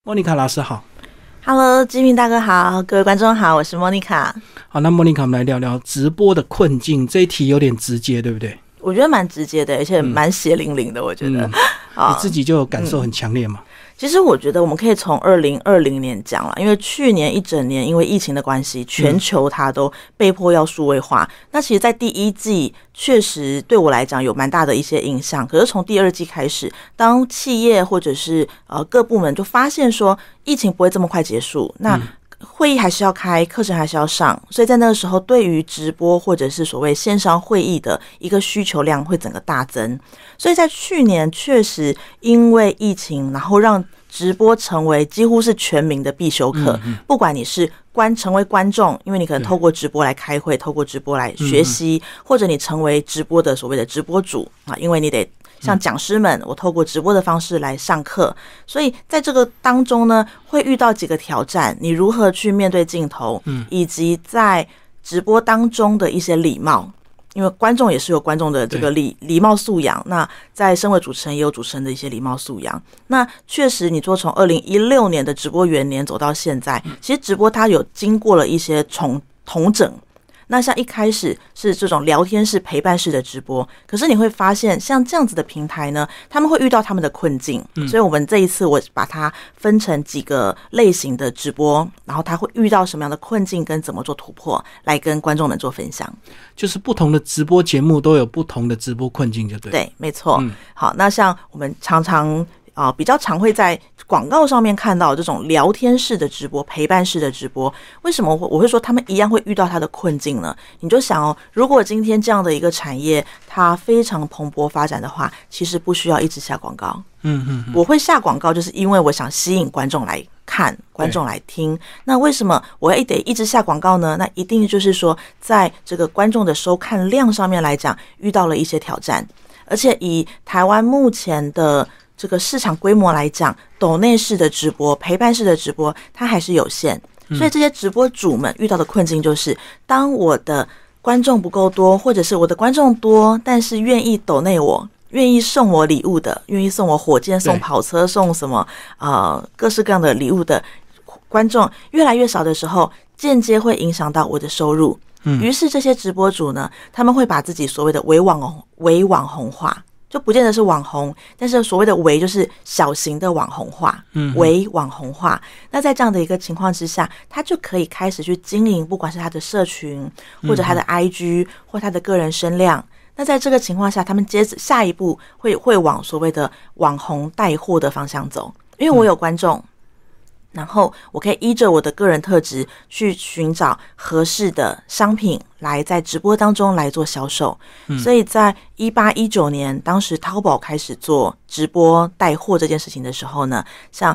莫妮卡老师好。 Hello， 基民大哥好，各位观众好，我是莫妮卡。 好，那莫妮卡，我们来聊聊直播的困境。这一题有点直接，对不对？ 我觉得蛮直接的，而且蛮血淋淋的。我觉得， 你自己就有感受很强烈嘛？ 其实我觉得我们可以从2020年讲了，因为去年一整年因为疫情的关系，全球它都被迫要数位化。那其实在第一季确实对我来讲有蛮大的一些影响，可是从第二季开始，当企业或者是各部门就发现说疫情不会这么快结束，那会议还是要开，课程还是要上，所以在那个时候对于直播或者是所谓线上会议的一个需求量会整个大增。所以在去年确实因为疫情，然后让直播成为几乎是全民的必修课，不管你是成为观众，因为你可能透过直播来开会，透过直播来学习，或者你成为直播的所谓的直播主啊，因为你得像讲师们，我透过直播的方式来上课，所以在这个当中呢，会遇到几个挑战，你如何去面对镜头，以及在直播当中的一些礼貌。因为观众也是有观众的这个礼貌素养，那在身为主持人也有主持人的一些礼貌素养。那确实你说从2016年的直播元年走到现在，其实直播它有经过了一些统整。那像一开始是这种聊天式陪伴式的直播，可是你会发现像这样子的平台呢，他们会遇到他们的困境，所以我们这一次我把它分成几个类型的直播，然后他会遇到什么样的困境跟怎么做突破，来跟观众们做分享。 就是不同的直播节目都有不同的直播困境，就对。 对，没错。好，那像我们常常比较常会在广告上面看到这种聊天式的直播、陪伴式的直播，为什么我会说他们一样会遇到他的困境呢？你就想如果今天这样的一个产业它非常蓬勃发展的话，其实不需要一直下广告。我会下广告，就是因为我想吸引观众来看，观众来听。那为什么我得一直下广告呢？那一定就是说，在这个观众的收看量上面来讲，遇到了一些挑战，而且以台湾目前的这个市场规模来讲，抖内式的直播、陪伴式的直播，它还是有限。所以这些直播主们遇到的困境就是，当我的观众不够多，或者是我的观众多，但是愿意抖内我，愿意送我礼物的，愿意送我火箭、送跑车、送什么各式各样的礼物的观众越来越少的时候，间接会影响到我的收入。于是这些直播主呢，他们会把自己所谓的伪网红化。就不见得是网红，但是所谓的伪就是小型的网红化，伪网红化。那在这样的一个情况之下，他就可以开始去经营，不管是他的社群，或者他的 IG， 或他的个人声量。那在这个情况下，他们下一步会往所谓的网红带货的方向走，因为我有观众。然后我可以依着我的个人特质去寻找合适的商品来在直播当中来做销售。所以在18、19年，当时淘宝开始做直播带货这件事情的时候呢，像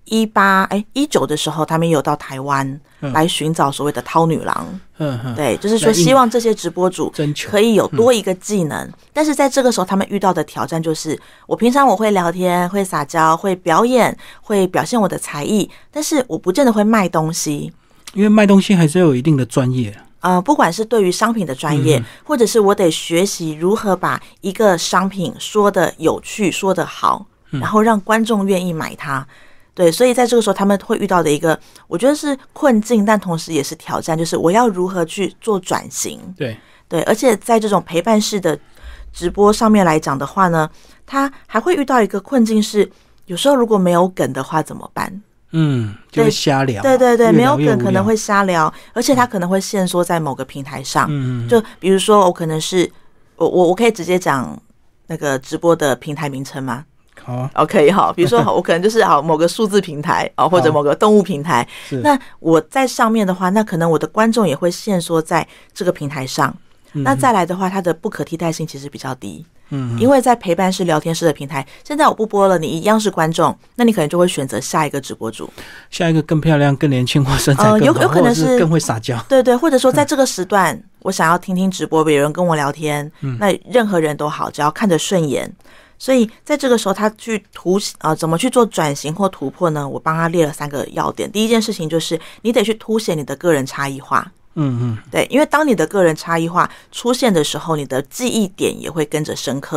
19的时候，他们也有到台湾来寻找所谓的淘女郎。对，就是说希望这些直播主可以有多一个技能。但是在这个时候，他们遇到的挑战就是，我平常我会聊天、会撒娇、会表演、会表现我的才艺，但是我不见得会卖东西。 因为卖东西还是有一定的专业。 不管是对于商品的专业，或者是我得学习如何把一个商品说的有趣、说的好，然后让观众愿意买它。对，所以在这个时候他们会遇到的一个我觉得是困境，但同时也是挑战，就是我要如何去做转型。对，而且在这种陪伴式的直播上面来讲的话呢，他还会遇到一个困境是，有时候如果没有梗的话怎么办？ 就会瞎聊。 对，没有梗可能会瞎聊，而且他可能会限缩在某个平台上。就比如说我可能是我可以直接讲那个直播的平台名称吗？可以好，比如说我可能就是某个数字平台或者某个动物平台，那我在上面的话，那可能我的观众也会限缩在这个平台上。那再来的话，它的不可替代性其实比较低。因为在陪伴式聊天式的平台，现在我不播了，你一样是观众，那你可能就会选择下一个直播主， 下一个更漂亮、更年轻或身材更好，有可能是更会撒娇。 对，或者说在这个时段，我想要听听直播，有人跟我聊天，那任何人都好，只要看着顺眼。所以在这个时候，他去怎么去做转型或突破呢？我帮他列了3个要点。第一件事情就是你得去凸显你的个人差异化。对，因为当你的个人差异化出现的时候，你的记忆点也会跟着深刻。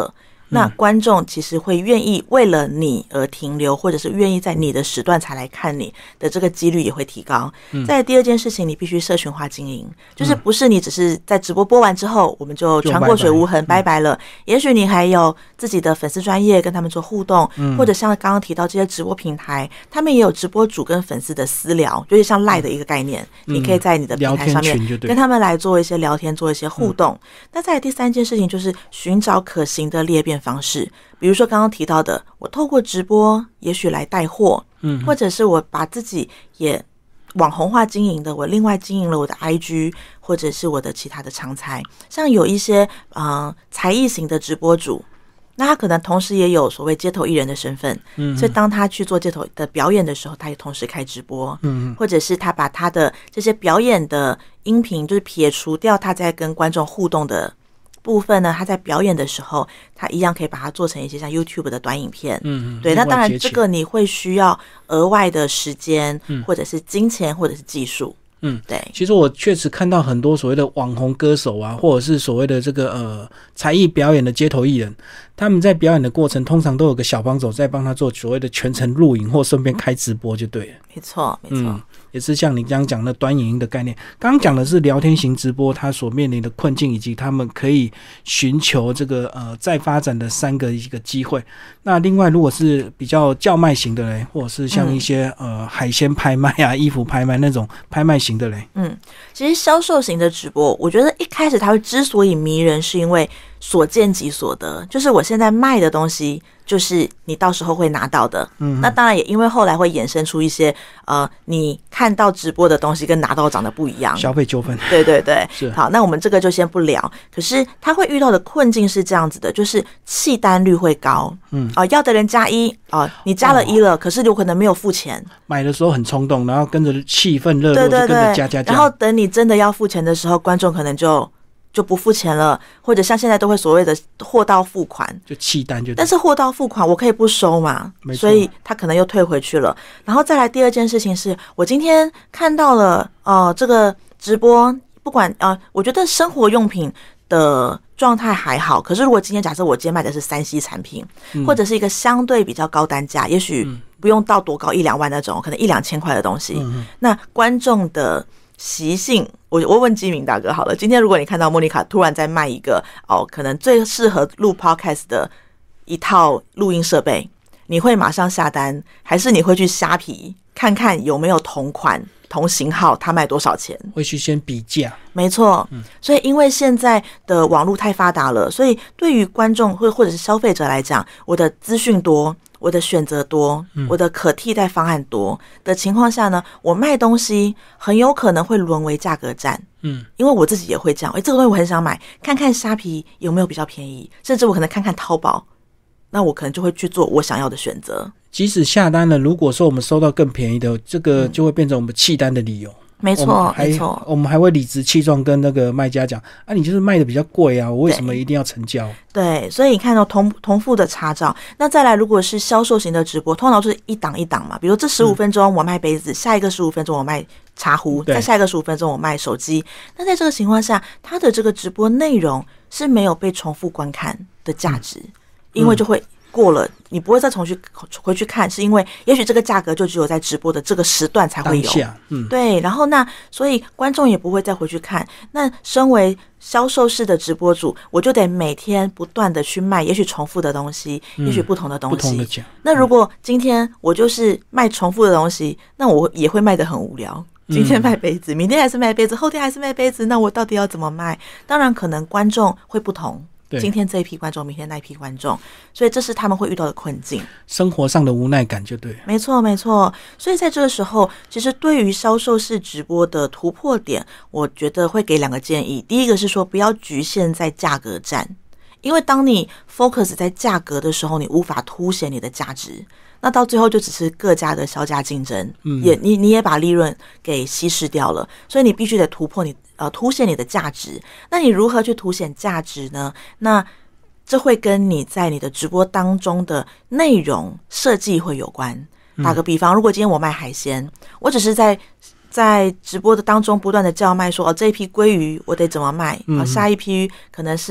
那观众其实会愿意为了你而停留，或者是愿意在你的时段才来看你的这个几率也会提高。再第二件事情，你必须社群化经营，就是不是你只是在直播播完之后我们就船过水无痕拜拜了，也许你还有自己的粉丝专页跟他们做互动，或者像刚刚提到这些直播平台，他们也有直播主跟粉丝的私聊，就是像 LINE 的一个概念，你可以在你的平台上面跟他们来做一些聊天，做一些互动。那再来第三件事情就是寻找可行的裂变方式，比如说刚刚提到的，我透过直播也许来带货，或者是我把自己也网红化经营的，我另外经营了我的 IG 或者是我的其他的长才，像有一些才艺型的直播主，那他可能同时也有所谓街头艺人的身份，所以当他去做街头的表演的时候，他也同时开直播，或者是他把他的这些表演的音频，就是撇除掉他在跟观众互动的部分呢，他在表演的时候，他一样可以把它做成一些像 YouTube 的短影片。对，那当然这个你会需要额外的时间，或者是金钱，或者是技术。对。 其实我确实看到很多所谓的网红歌手啊，或者是所谓的这个才艺表演的街头艺人，他们在表演的过程通常都有个小帮手在帮他做所谓的全程录影或顺便开直播就对了。 没错，没错。 也是像你刚刚讲的短影音的概念，刚刚讲的是聊天型直播它所面临的困境，以及他们可以寻求这个再发展的3个一个机会。那另外如果是比较叫卖型的嘞，或者是像一些海鲜拍卖啊、衣服拍卖那种拍卖型的嘞， 其实销售型的直播，我觉得一开始它会之所以迷人，是因为所见即所得，就是我现在卖的东西就是你到时候会拿到的。那当然也因为后来会衍生出一些你看到直播的东西跟拿到长得不一样， 消费纠纷。 对对对， 是。 好，那我们这个就先不聊。可是他会遇到的困境是这样子的，就是弃单率会高。要的人加1你加了1了，可是有可能没有付钱。 买的时候很冲动，然后跟着气氛热络，就跟着加。 然后等你真的要付钱的时候，观众可能就不付钱了，或者像现在都会所谓的货到付款， 就弃单就。 但是货到付款我可以不收嘛，所以他可能又退回去了。然后再来第二件事情是，我今天看到了这个直播，不管我觉得生活用品的状态还好，可是如果今天假设我今天卖的是3C 产品，或者是一个相对比较高单价，也许不用到多高1-2万那种，可能1-2千块的东西，那观众的习性，我问基明大哥好了，今天如果你看到莫妮卡突然在卖一个可能最适合录 podcast 的一套录音设备，你会马上下单，还是你会去虾皮看看有没有同款同型号它卖多少钱？ 会去先比价。 没错。所以因为现在的网络太发达了，所以对于观众或者是消费者来讲，我的资讯多，我的选择多，我的可替代方案多的情况下呢，我卖东西很有可能会沦为价格战。因为我自己也会这样，这个东西我很想买，看看虾皮有没有比较便宜，甚至我可能看看淘宝，那我可能就会去做我想要的选择。 即使下单了，如果说我们收到更便宜的，这个就会变成我们弃单的理由。 没错，没错， 我们还会理直气壮跟那个卖家讲你就是卖的比较贵啊，我为什么一定要成交？ 对，所以你看到同步的查找。那再来，如果是销售型的直播，通常就是一档一档嘛，比如这15分钟我卖杯子，下一个15分钟我卖茶壶，再下一个15分钟我卖手机。那在这个情况下，它的这个直播内容是没有被重复观看的价值，因为就会过了，你不会再回去看，是因为也许这个价格就只有在直播的这个时段才会有。对，然后那所以观众也不会再回去看。那身为销售式的直播主，我就得每天不断的去卖，也许重复的东西，也许不同的东西。 不同的讲。 那如果今天我就是卖重复的东西，那我也会卖得很无聊。今天卖杯子，明天还是卖杯子，后天还是卖杯子，那我到底要怎么卖？当然可能观众会不同。今天这一批观众，明天那一批观众，所以这是他们会遇到的困境， 生活上的无奈感就对了。 没错，没错。所以在这个时候，其实对于销售式直播的突破点，我觉得会给2个建议。第一个是说，不要局限在价格战，因为当你 focus 在价格的时候，你无法凸显你的价值。那到最后就只是各家的销价竞争，你也把利润给稀释掉了，所以你必须得突破凸显你的价值。那你如何去凸显价值呢？那这会跟你在你的直播当中的内容设计会有关。打个比方，如果今天我卖海鲜，我只是在直播的当中不断的叫卖说这一批鲑鱼我得怎么卖，下一批可能是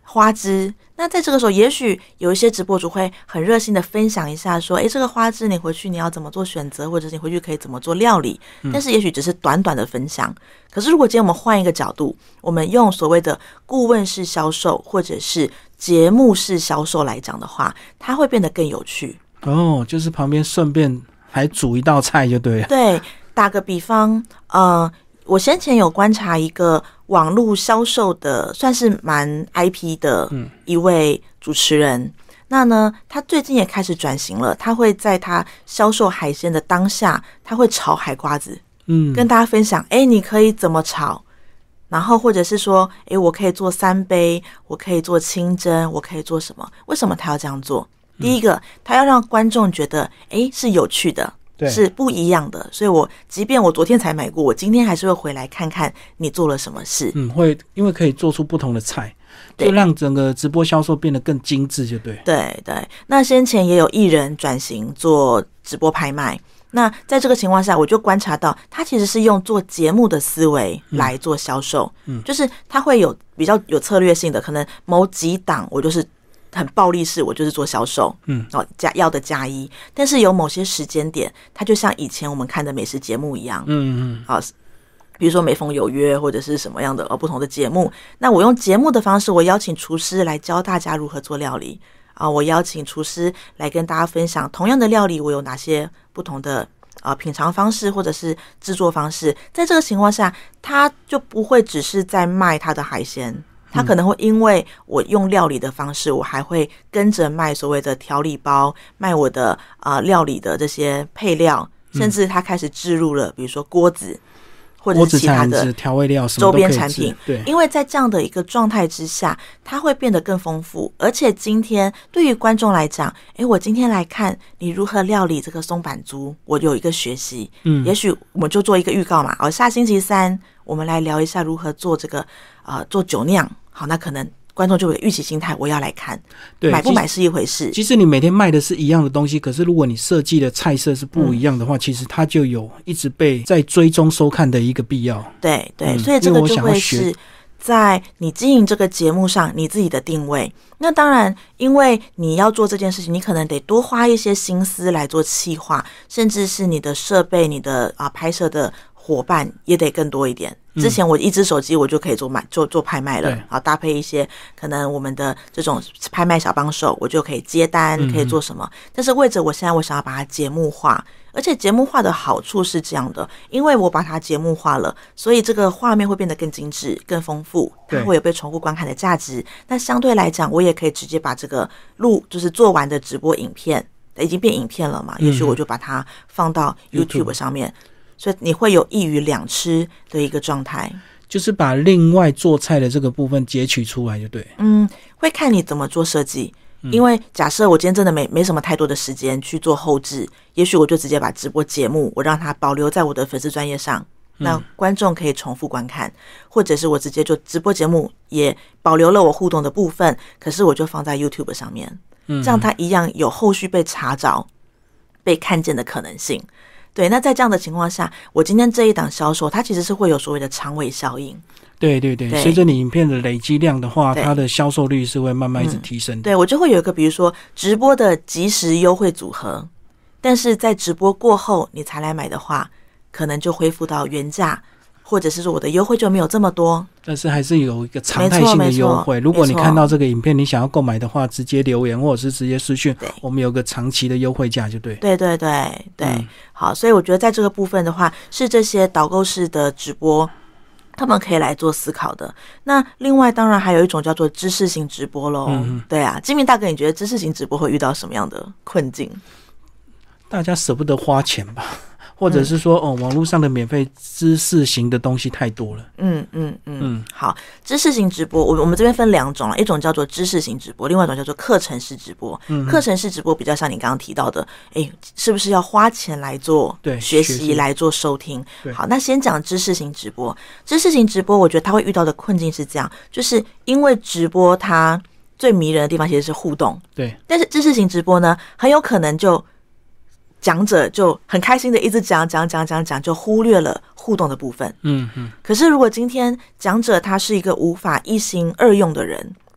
花枝。那在这个时候，也许有一些直播主会很热心的分享一下，说，这个花枝你回去你要怎么做选择，或者是你回去可以怎么做料理。但是也许只是短短的分享。可是如果今天我们换一个角度，我们用所谓的顾问式销售或者是节目式销售来讲的话，它会变得更有趣。 就是旁边顺便还煮一道菜就对了。 对，打个比方，我先前有观察一个网络销售的，算是蛮 IP 的一位主持人。那呢，他最近也开始转型了，他会在他销售海鲜的当下，他会炒海瓜子，跟大家分享，你可以怎么炒，然后或者是说，我可以做3杯，我可以做清蒸，我可以做什么？为什么他要这样做？第一个，他要让观众觉得，是有趣的。是不一样的，所以即便我昨天才买过，我今天还是会回来看看你做了什么事。 会，因为可以做出不同的菜，就让整个直播销售变得更精致，就对。 对对，那先前也有艺人转型做直播拍卖，那在这个情况下，我就观察到他其实是用做节目的思维来做销售，就是他会有比较有策略性的，可能某几档我就是很暴力式，我就是做销售，要的加一。但是有某些时间点，它就像以前我们看的美食节目一样，比如说每逢有约或者是什么样的不同的节目。那我用节目的方式，我邀请厨师来教大家如何做料理我邀请厨师来跟大家分享同样的料理，我有哪些不同的品尝方式或者是制作方式。在这个情况下，他就不会只是在卖他的海鲜。他可能会因为我用料理的方式，我还会跟着卖所谓的调理包，卖我的料理的这些配料，甚至他开始置入了比如说锅子或者是其他的调味料周边产品。 对， 因为在这样的一个状态之下，它会变得更丰富。而且今天对于观众来讲，我今天来看你如何料理这个松板猪，我有一个学习。也许我们就做一个预告嘛，下星期3我们来聊一下如何做这个做酒酿。好，那可能观众就有预期心态，我要来看，对，买不买是一回事。 其实你每天卖的是一样的东西，可是如果你设计的菜色是不一样的话，其实它就有一直被在追踪收看的一个必要。 对对，所以这个就会是在你经营这个节目上你自己的定位。那当然，因为你要做这件事情，你可能得多花一些心思来做企划，甚至是你的设备、你的拍摄的伙伴也得更多一点。之前我一只手机我就可以做拍卖了，搭配一些可能我们的这种拍卖小帮手，我就可以接单，可以做什么。但是为着我现在我想要把它节目化，而且节目化的好处是这样的，因为我把它节目化了，所以这个画面会变得更精致、更丰富，它会有被重复观看的价值。那相对来讲，我也可以直接把这个就是做完的直播影片，已经变影片了嘛，也许我就把它放到 YouTube 上面。所以你会有一鱼两吃的一个状态， 就是把另外做菜的这个部分截取出来就对。 会看你怎么做设计。因为假设我今天真的没什么太多的时间去做后制，也许我就直接把直播节目我让它保留在我的粉丝专页上，那观众可以重复观看，或者是我直接就直播节目也保留了我互动的部分，可是我就放在 YouTube 上面，这样它一样有后续被查找、被看见的可能性。对，那在这样的情况下，我今天这一档销售，它其实是会有所谓的长尾效应。对， 随着你影片的累积量的话，它的销售率是会慢慢一直提升的。 对，我就会有一个比如说直播的即时优惠组合，但是在直播过后你才来买的话，可能就恢复到原价，或者是说我的优惠就没有这么多， 但是还是有一个常态性的优惠。如果你看到这个影片，你想要购买的话，直接留言或者是直接私讯，我们有个长期的优惠价就对。 对，好，所以我觉得在这个部分的话，是这些导购式的直播他们可以来做思考的。那另外当然还有一种叫做知识型直播咯。对啊，金明大哥，你觉得知识型直播会遇到什么样的困境？ 大家舍不得花钱吧，或者是说网络上的免费知识型的东西太多了。好，知识型直播我们这边分2种，一种叫做知识型直播，另外一种叫做课程式直播。课程式直播比较像你刚刚提到的，是不是要花钱来做学习来做收听？好，那先讲知识型直播。知识型直播我觉得他会遇到的困境是这样，就是因为直播它最迷人的地方其实是互动，对，但是知识型直播呢，很有可能就讲者就很开心的一直讲，就忽略了互动的部分。可是如果今天讲者他是一个无法一心二用的人，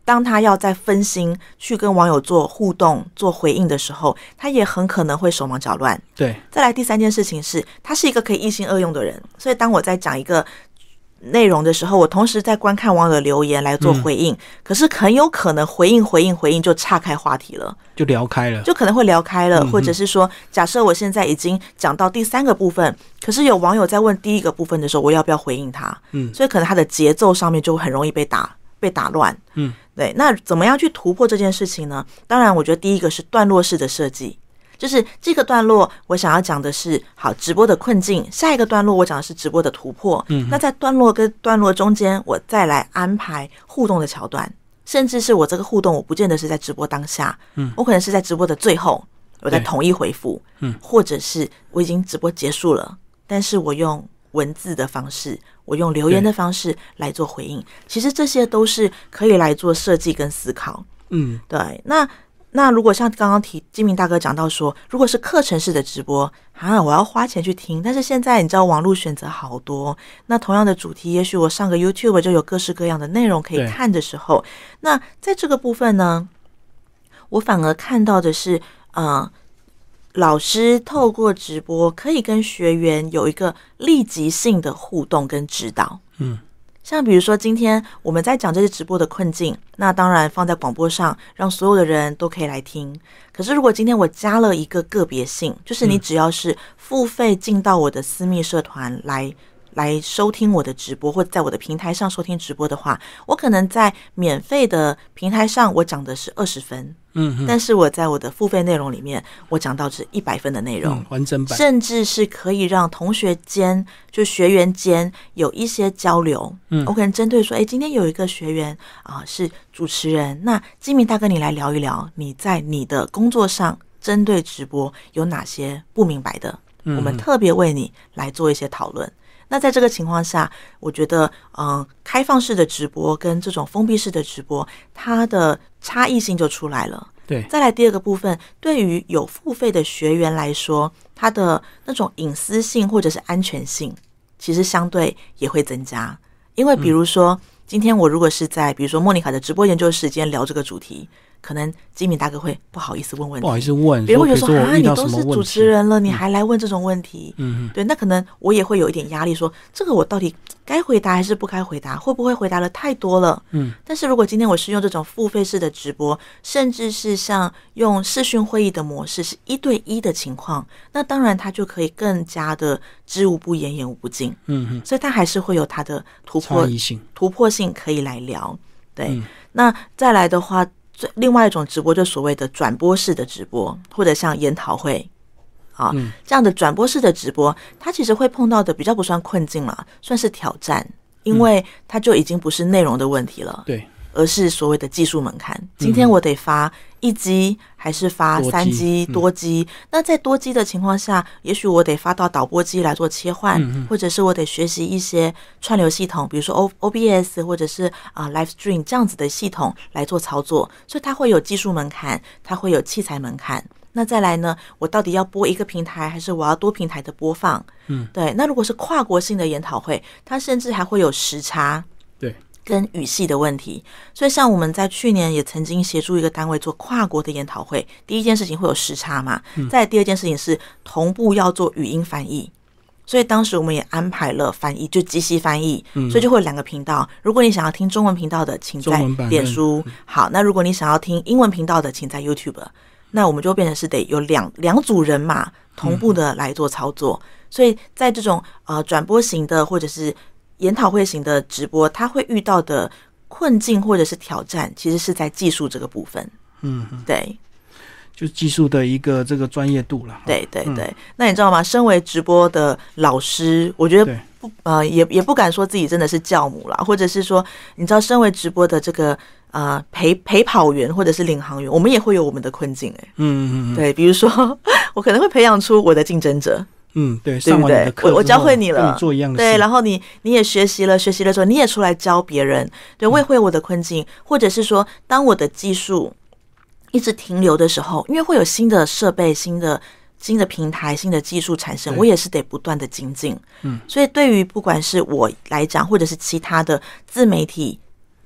当他要在分心去跟网友做互动、做回应的时候，他也很可能会手忙脚乱。 对， 再来第三件事情是，他是一个可以一心二用的人，所以当我在讲一个内容的时候，我同时在观看网友的留言来做回应，可是很有可能回应就岔开话题了， 就聊开了， 就可能会聊开了，或者是说，假设我现在已经讲到第三个部分，可是有网友在问第一个部分的时候，我要不要回应他？所以可能他的节奏上面就很容易被打乱。对，那怎么样去突破这件事情呢？当然，我觉得第一个是段落式的设计。就是这个段落我想要讲的是好直播的困境，下一个段落我讲的是直播的突破，那在段落跟段落中间我再来安排互动的桥段，甚至是我这个互动我不见得是在直播当下，我可能是在直播的最后我在统一回复，或者是我已经直播结束了，但是我用文字的方式，我用留言的方式来做回应，其实这些都是可以来做设计跟思考。对，那如果像刚刚金明大哥讲到说，如果是课程式的直播我要花钱去听，但是现在你知道网络选择好多，那同样的主题也许我上个 YouTube 就有各式各样的内容可以看的时候，那在这个部分呢，我反而看到的是老师透过直播可以跟学员有一个立即性的互动跟指导。像比如说今天我们在讲这些直播的困境，那当然放在广播上让所有的人都可以来听，可是如果今天我加了一个个别性，就是你只要是付费进到我的私密社团来收听我的直播，或者在我的平台上收听直播的话，我可能在免费的平台上我讲的是20分，但是我在我的付费内容里面我讲到是100分的内容， 完整版， 甚至是可以让同学间就学员间有一些交流。我可能针对说今天有一个学员是主持人，那金明大哥你来聊一聊你在你的工作上针对直播有哪些不明白的，我们特别为你来做一些讨论。那在这个情况下，我觉得开放式的直播跟这种封闭式的直播，它的差异性就出来了。 对， 再来第二个部分，对于有付费的学员来说，他的那种隐私性或者是安全性，其实相对也会增加。因为比如说，今天我如果是在比如说莫妮卡的直播研究时间聊这个主题，可能金明大哥会不好意思问问题， 不好意思问， 别人会觉得说你都是主持人了，你还来问这种问题，对，那可能我也会有一点压力，说这个我到底该回答还是不该回答，会不会回答了太多了？但是如果今天我是用这种付费式的直播，甚至是像用视讯会议的模式，是1对1的情况，那当然它就可以更加的知无不言，言无不尽，所以它还是会有它的突破性可以来聊。对，那再来的话，另外一种直播就所谓的转播式的直播，或者像研讨会这样的转播式的直播，它其实会碰到的比较不算困境啦，算是挑战，因为它就已经不是内容的问题了， 对， 而是所谓的技术门槛。今天我得发1机还是发3机多机？那在多机的情况下，也许我得发到导播机来做切换，或者是我得学习一些串流系统，比如说 OBS 或者是Livestream 这样子的系统来做操作，所以它会有技术门槛，它会有器材门槛。那再来呢，我到底要播一个平台还是我要多平台的播放？对。那如果是跨国性的研讨会，它甚至还会有时差，对，跟语系的问题。所以像我们在去年也曾经协助一个单位做跨国的研讨会，第一件事情会有时差嘛，再来第二件事情是同步要做语音翻译，所以当时我们也安排了翻译，就即席翻译，所以就会有2个频道。如果你想要听中文频道的，请在脸书，好，那如果你想要听英文频道的，请在 YouTube。那我们就变成是得有两组人马同步的来做操作，所以在这种转播型的或者是研讨会型的直播，它会遇到的困境或者是挑战，其实是在技术这个部分。对， 就技术的一个这个专业度了。 对对对，那你知道吗？身为直播的老师，我觉得也不敢说自己真的是教母啦，或者是说，你知道，身为直播的这个陪跑员或者是领航员，我们也会有我们的困境对，比如说我可能会培养出我的竞争者。 对，上完你的课， 我教会你了， 跟你做一样的事， 对，然后你也学习了之后，你也出来教别人，对，我也会有我的困境，或者是说，当我的技术一直停留的时候，因为会有新的设备、新的平台、新的技术产生，我也是得不断的精进。所以对于不管是我来讲，或者是其他的自媒体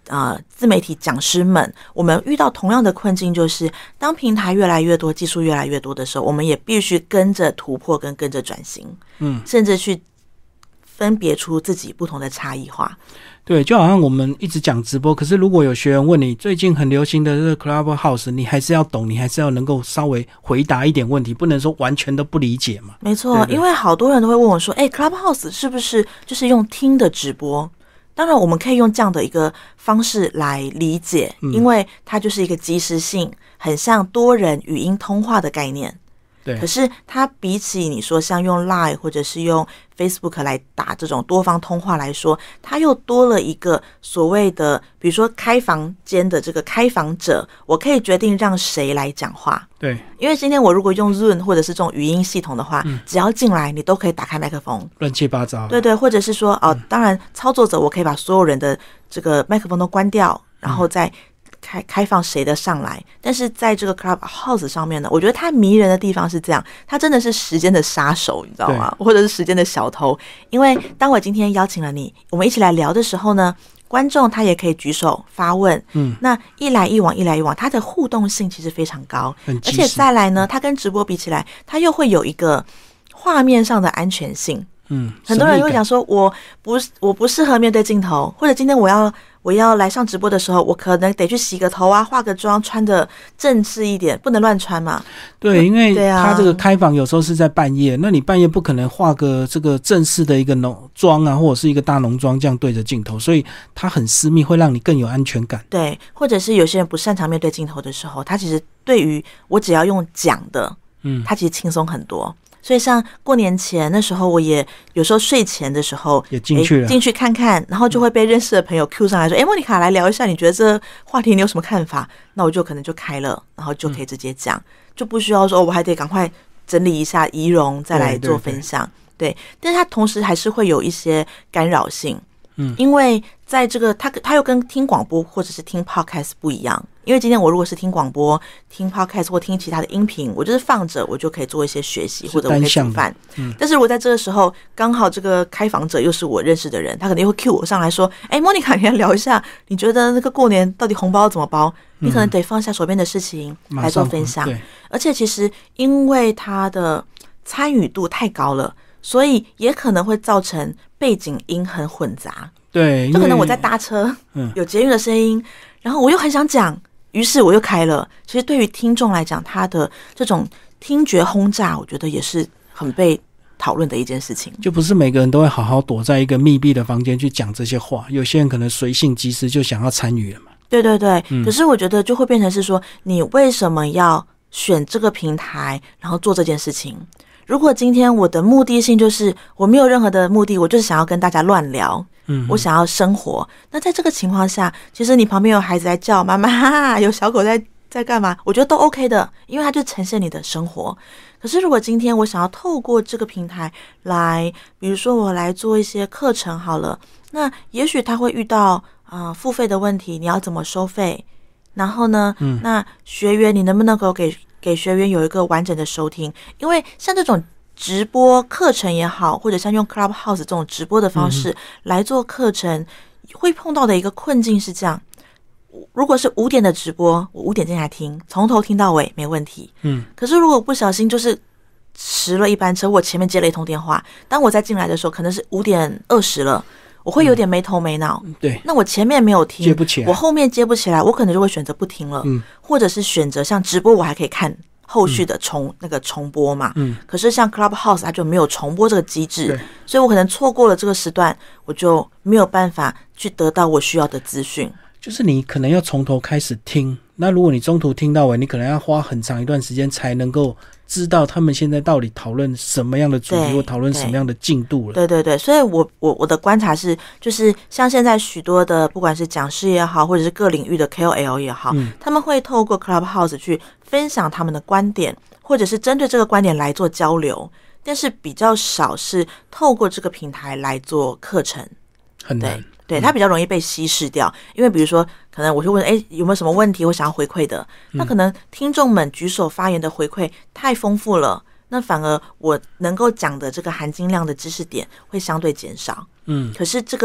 自媒体讲师们，我们遇到同样的困境，就是当平台越来越多，技术越来越多的时候，我们也必须跟着突破跟着转型，甚至去分别出自己不同的差异化。 对，就好像我们一直讲直播，可是如果有学员问你最近很流行的这个 Clubhouse， 你还是要懂，你还是要能够稍微回答一点问题，不能说完全都不理解嘛。 没错，因为好多人都会问我说Clubhouse 是不是就是用听的直播？当然我们可以用这样的一个方式来理解，因为它就是一个即时性，很像多人语音通话的概念。 对， 可是它比起你说像用 Line 或者是用 Facebook 来打这种多方通话来说，它又多了一个所谓的，比如说开房间的这个开房者，我可以决定让谁来讲话。 对， 因为今天我如果用 Zoom 或者是这种语音系统的话，只要进来你都可以打开麦克风， 乱七八糟。 对对，或者是说当然操作者我可以把所有人的这个麦克风都关掉，然后再开放谁的上来。但是在这个 Clubhouse 上面呢，我觉得它迷人的地方是这样，它真的是时间的杀手，你知道吗？或者是时间的小偷。因为当我今天邀请了你，我们一起来聊的时候呢，观众他也可以举手发问，那一来一往，它的互动性其实非常高，而且再来呢，它跟直播比起来，它又会有一个画面上的安全性。很多人会讲说，我不适合面对镜头，或者今天我要来上直播的时候，我可能得去洗个头啊，化个妆，穿的正式一点，不能乱穿嘛。对， 因为他这个开房有时候是在半夜，那你半夜不可能化个这个正式的一个浓妆啊，或者是一个大浓妆这样对着镜头，所以它很私密，会让你更有安全感。对， 或者是有些人不擅长面对镜头的时候，他其实对于我只要用讲的，他其实轻松很多。所以像过年前那时候，我也有时候睡前的时候也进去了， 进去看看，然后就会被认识的朋友 Q 上来说，莫妮卡来聊一下，你觉得这话题你有什么看法？那我就可能就开了，然后就可以直接讲，就不需要说我还得赶快整理一下仪容再来做分享。对，但是它同时还是会有一些干扰性。因为在这个它又跟听广播或者是听 podcast 不一样。因为今天我如果是听广播、听 podcast 或听其他的音频，我就是放着，我就可以做一些学习，或者我可以煮饭。但是如果在这个时候刚好这个开房者又是我认识的人，他可能会 cue 我上来说，莫妮卡，你来聊一下，你觉得那个过年到底红包怎么包？你可能得放下手边的事情来做分享。而且其实因为他的参与度太高了，所以也可能会造成背景音很混杂。 对， 就可能我在搭车，有捷运的声音，然后我又很想讲，于是我又开了。其实对于听众来讲，他的这种听觉轰炸，我觉得也是很被讨论的一件事情。就不是每个人都会好好躲在一个密闭的房间去讲这些话，有些人可能随性即时就想要参与了嘛。对对对，可是我觉得就会变成是说，你为什么要选这个平台，然后做这件事情？如果今天我的目的性就是我没有任何的目的，我就是想要跟大家乱聊，我想要生活，那在这个情况下，其实你旁边有孩子在叫妈妈，有小狗在干嘛，我觉得都 OK 的，因为它就呈现你的生活。可是如果今天我想要透过这个平台来，比如说我来做一些课程好了，那也许他会遇到付费的问题，你要怎么收费？然后呢，那学员你能不能够给学员有一个完整的收听？因为像这种直播课程也好，或者像用 Clubhouse 这种直播的方式来做课程，会碰到的一个困境是这样：如果是5点的直播，我5点进来听，从头听到尾没问题。可是如果不小心就是迟了一班车，我前面接了一通电话，当我再进来的时候，可能是5点20了。我会有点没头没脑，对，那我前面没有听，接不起来，我后面接不起来，我可能就会选择不听了，或者是选择像直播，我还可以看后续的那个重播嘛，可是像 Clubhouse 它就没有重播这个机制，所以我可能错过了这个时段，我就没有办法去得到我需要的资讯。就是你可能要从头开始听，那如果你中途听到尾，你可能要花很长一段时间才能够知道他们现在到底讨论什么样的主题或讨论什么样的进度了。对对对，所以我的观察是，就是像现在许多的不管是讲师也好，或者是各领域的 KOL 也好，他们会透过 Clubhouse 去分享他们的观点，或者是针对这个观点来做交流，但是比较少是透过这个平台来做课程，很难。对，它比较容易被稀释掉，因为比如说可能我就问有没有什么问题我想要回馈的，那可能听众们举手发言的回馈太丰富了，那反而我能够讲的这个含金量的知识点会相对减少。可是这个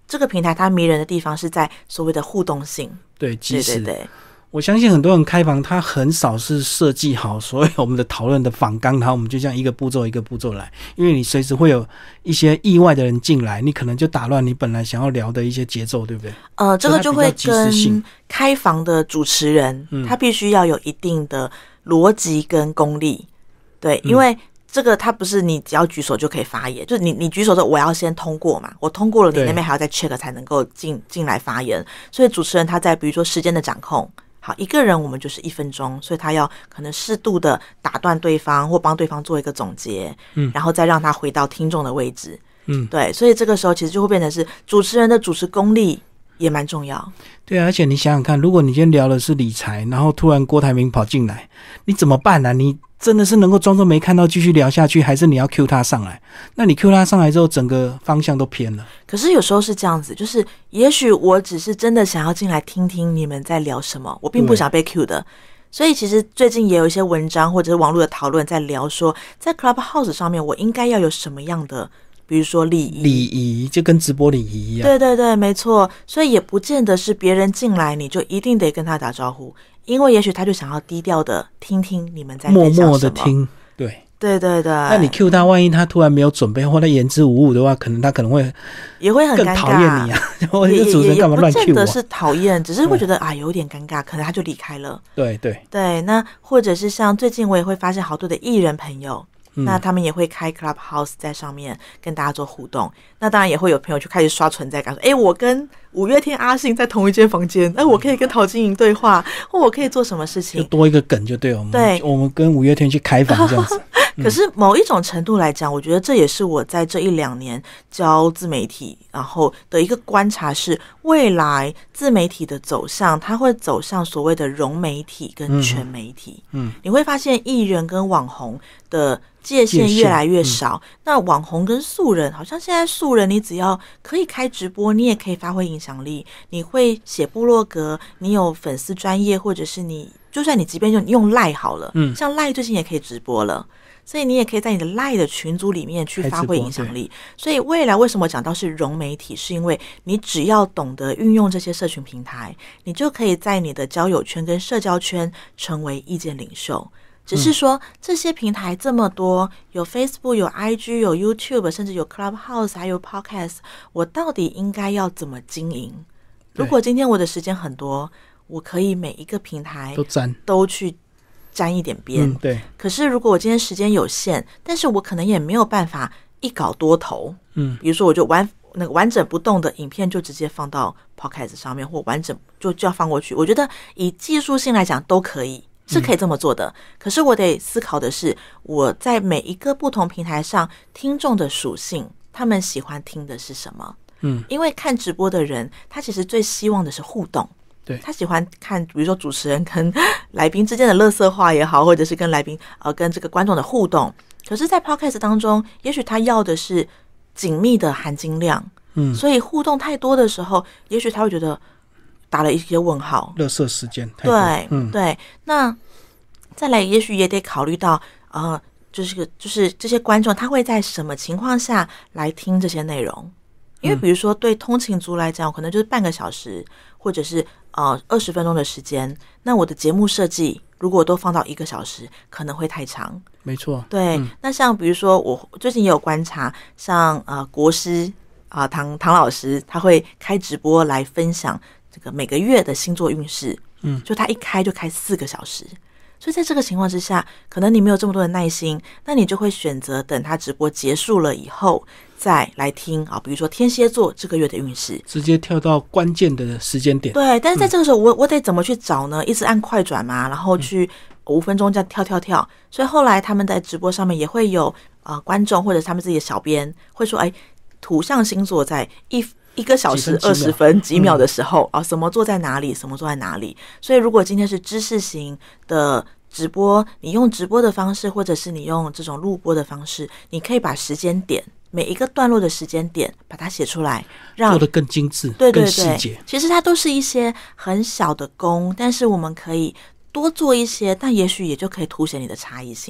这个平台它迷人的地方是在所谓的互动性。 对，即时。 对对对， 我相信很多人开房，他很少是设计好所有我们的讨论的访纲，然后我们就这样一个步骤一个步骤来，因为你随时会有一些意外的人进来，你可能就打乱你本来想要聊的一些节奏，对不对？ 这个就会跟开房的主持人，他必须要有一定的逻辑跟功力，对，因为这个它不是你只要举手就可以发言，就是你举手的我要先通过嘛，我通过了，你那边还要再 check 才能够进来发言。所以主持人他在比如说时间的掌控，好，一个人我们就是1分钟，所以他要可能适度的打断对方或帮对方做一个总结，然后再让他回到听众的位置，对，所以这个时候其实就会变成是主持人的主持功力也蛮重要。 对啊，而且你想想看，如果你今天聊的是理财，然后突然郭台铭跑进来，你怎么办啊？你真的是能够装作没看到继续聊下去，还是你要 cue 他上来？那你 cue 他上来之后，整个方向都偏了。 可是有时候是这样子，就是也许我只是真的想要进来听听你们在聊什么，我并不想被 cue 的。所以其实最近也有一些文章或者是网络的讨论在聊说，在 Clubhouse 上面我应该要有什么样的，比如说礼仪就跟直播礼仪一样。 对对对，没错。所以也不见得是别人进来你就一定得跟他打招呼，因为也许他就想要低调的听听你们在分享什么， 默默的听。对对对对。 那你 cue 他，万一他突然没有准备或他言之无物的话，可能他可能会也会很尴尬， 更讨厌你啊！或者主持人干嘛乱 cue 我？ 也不见得是讨厌，只是会觉得有点尴尬，可能他就离开了。 对对对，那或者是像最近我也会发现好多的艺人朋友。那他们也会开 Clubhouse 在上面跟大家做互动，那当然也会有朋友就开始刷存在感，说我跟五月天阿信在同一间房间，我可以跟陶晶莹对话，或我可以做什么事情， 就多一个梗就对了。对，我们跟五月天去开房这样子。 可是某一种程度来讲，我觉得这也是我在这1-2年教自媒体然后的一个观察，是未来自媒体的走向，它会走向所谓的融媒体跟全媒体。你会发现艺人跟网红的界限越来越少，那网红跟素人，好像现在素人你只要可以开直播，你也可以发挥影响力，你会写部落格，你有粉丝专业，或者是你就算你即便用 LINE 好了，像 LINE 最近也可以直播了，所以你也可以在你的 LINE 的群组里面去发挥影响力。所以未来为什么讲到是融媒体，是因为你只要懂得运用这些社群平台，你就可以在你的交友圈跟社交圈成为意见领袖。只是说这些平台这么多，有 Facebook 有 IG 有 YouTube 甚至有 Clubhouse 还有 Podcast， 我到底应该要怎么经营？如果今天我的时间很多，我可以每一个平台都去沾一点边， 对。 可是如果我今天时间有限，但是我可能也没有办法一稿多投，比如说我就完整不动的影片就直接放到 Podcast 上面，或完整就要放过去。我觉得以技术性来讲都可以。是可以这么做的，可是我得思考的是，我在每一个不同平台上听众的属性，他们喜欢听的是什么？因为看直播的人，他其实最希望的是互动， 对， 他喜欢看，比如说主持人跟来宾之间的垃圾话也好，或者是跟来宾跟这个观众的互动。可是，在 Podcast 当中，也许他要的是紧密的含金量，所以互动太多的时候，也许他会觉得打了一些问号， 垃圾时间太多。对，那再来也许也得考虑到就是这些观众他会在什么情况下来听这些内容？因为比如说对通勤族来讲，可能就是半个小时或者是20分钟的时间，那我的节目设计如果都放到1个小时，可能会太长。 没错， 对。那像比如说我最近也有观察，像国师唐老师，他会开直播来分享这个每个月的星座运势，就他一开就开4个小时，所以在这个情况之下，可能你没有这么多的耐心，那你就会选择等他直播结束了以后再来听比如说天蝎座这个月的运势， 直接跳到关键的时间点。 对，但是在这个时候我得怎么去找呢？一直按快转嘛，然后去5分钟这样跳，所以后来他们在直播上面也会有观众或者他们自己的小编会说，土象星座在1个小时20分几秒的时候什么座在哪里，什么座在哪里。所以如果今天是知识型的直播，你用直播的方式，或者是你用这种录播的方式，你可以把时间点每一个段落的时间点把它写出来，让做得更精致， 对对对， 更细节。 其实它都是一些很小的工，但是我们可以多做一些，但也许也就可以凸显你的差异性。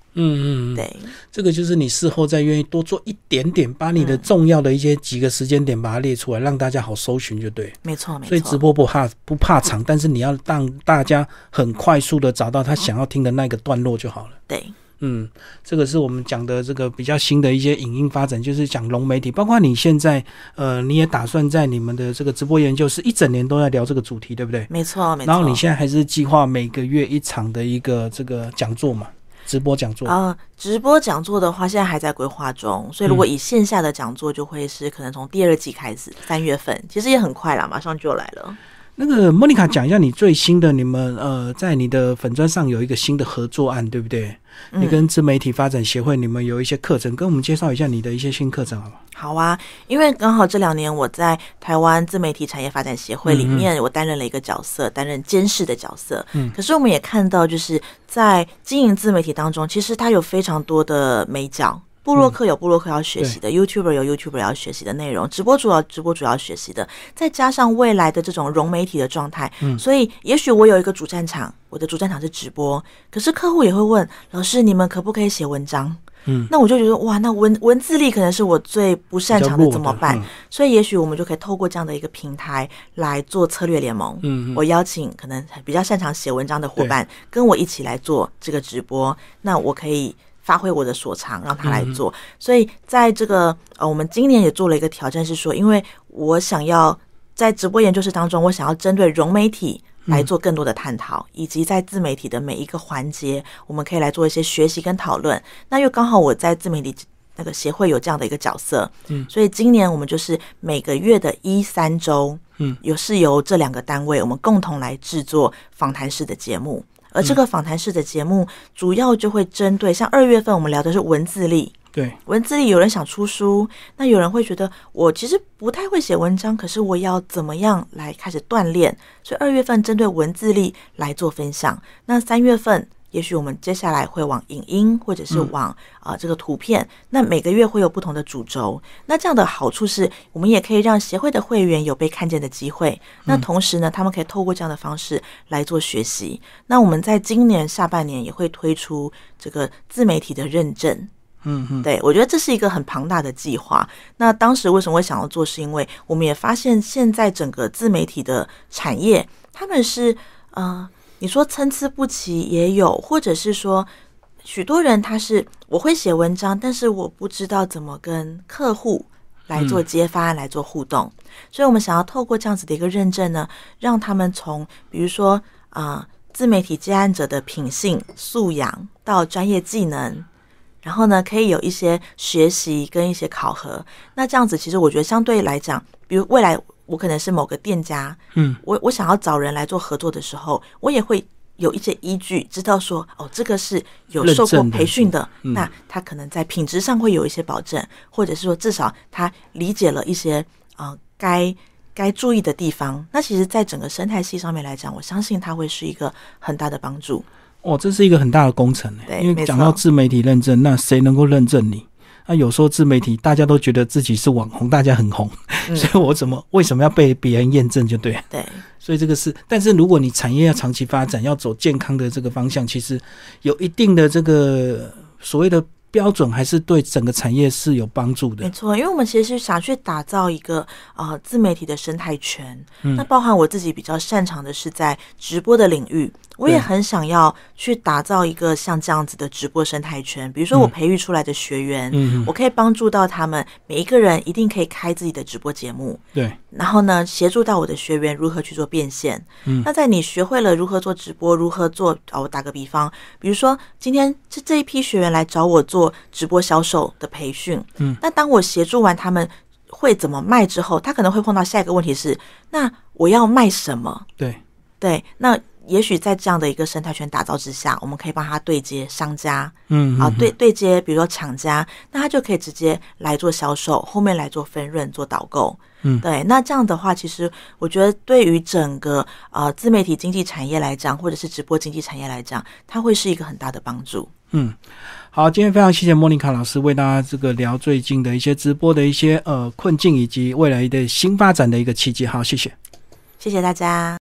对， 这个就是你事后再愿意多做一点点，把你的重要的一些几个时间点把它列出来，让大家好搜寻就对。 没错， 所以直播不怕长，但是你要让大家很快速的找到他想要听的那个段落就好了。 对。 这个是我们讲的这个比较新的一些影音发展，就是讲融媒体，包括你现在你也打算在你们的这个直播研究室一整年都在聊这个主题，对不对？ 没错，没错。 然后你现在还是计划每个月一场的一个这个讲座嘛？直播讲座直播讲座的话，现在还在规划中，所以如果以线下的讲座，就会是可能从第2季开始，3月份，其实也很快啦，马上就来了。 那个莫妮卡讲一下你最新的，你们在你的粉专上有一个新的合作案，对不对？你跟自媒体发展协会，你们有一些课程，跟我们介绍一下你的一些新课程好吗？ 好啊，因为刚好这2年我在台湾自媒体产业发展协会里面，我担任了一个角色，担任监事的角色。可是我们也看到，就是在经营自媒体当中，其实它有非常多的眉角。部落客有部落客要学习的，YouTuber 有 YouTuber 要学习的内容，直播主要学习的，再加上未来的这种融媒体的状态，所以也许我有一个主战场，我的主战场是直播，可是客户也会问老师，你们可不可以写文章？那我就觉得哇，那文字力可能是我最不擅长的，怎么办？所以也许我们就可以透过这样的一个平台来做策略联盟。我邀请可能比较擅长写文章的伙伴跟我一起来做这个直播，那我可以发挥我的所长，让他来做。所以在这个我们今年也做了一个挑战，是说，因为我想要在直播研究室当中，我想要针对融媒体来做更多的探讨，以及在自媒体的每一个环节，我们可以来做一些学习跟讨论。那又刚好我在自媒体那个协会有这样的一个角色，所以今年我们就是每个月的1、3周，由这2个单位我们共同来制作访谈式的节目。而这个访谈式的节目主要就会针对像2月份我们聊的是文字力，对，文字力有人想出书，那有人会觉得我其实不太会写文章，可是我要怎么样来开始锻炼，所以2月份针对文字力来做分享。那3月份也许我们接下来会往影音或者是往这个图片，那每个月会有不同的主轴。那这样的好处是我们也可以让协会的会员有被看见的机会，那同时呢他们可以透过这样的方式来做学习。那我们在今年下半年也会推出这个自媒体的认证。对，我觉得这是一个很庞大的计划。那当时为什么会想要做，是因为我们也发现现在整个自媒体的产业，他们是你说参差不齐也有，或者是说许多人他是我会写文章，但是我不知道怎么跟客户来做接发案，来做互动。所以我们想要透过这样子的一个认证呢，让他们从比如说自媒体接案者的品性素养到专业技能，然后呢可以有一些学习跟一些考核。那这样子其实我觉得相对来讲，比如未来我可能是某个店家，我想要找人来做合作的时候，我也会有一些依据，知道说这个是有受过培训的，那他可能在品质上会有一些保证，或者是说至少他理解了一些该注意的地方。那其实在整个生态系上面来讲，我相信它会是一个很大的帮助。 这是一个很大的工程，因为讲到自媒体认证，那谁能够认证你？那有时候自媒体大家都觉得自己是网红，大家很红，所以我为什么要被别人验证就对了。对，所以这个是，但是如果你产业要长期发展，要走健康的这个方向，其实有一定的这个所谓的标准，还是对整个产业是有帮助的。没错，因为我们其实想去打造一个自媒体的生态圈，那包含我自己比较擅长的是在直播的领域，我也很想要去打造一个像这样子的直播生态圈。比如说我培育出来的学员，我可以帮助到他们每一个人一定可以开自己的直播节目，对，然后呢协助到我的学员如何去做变现。那在你学会了如何做直播，如何做我打个比方，比如说今天这一批学员来找我做直播销售的培训，那当我协助完他们会怎么卖之后，他可能会碰到下一个问题是，那我要卖什么？对，那也许在这样的一个生态圈打造之下，我们可以帮他对接商家，对接比如说厂家，那他就可以直接来做销售，后面来做分润做导购。对，那这样的话，其实我觉得对于整个自媒体经济产业来讲，或者是直播经济产业来讲，它会是一个很大的帮助。 好，今天非常谢谢莫妮卡老师为大家这个聊最近的一些直播的一些困境，以及未来的新发展的一个契机。好，谢谢， 谢谢大家。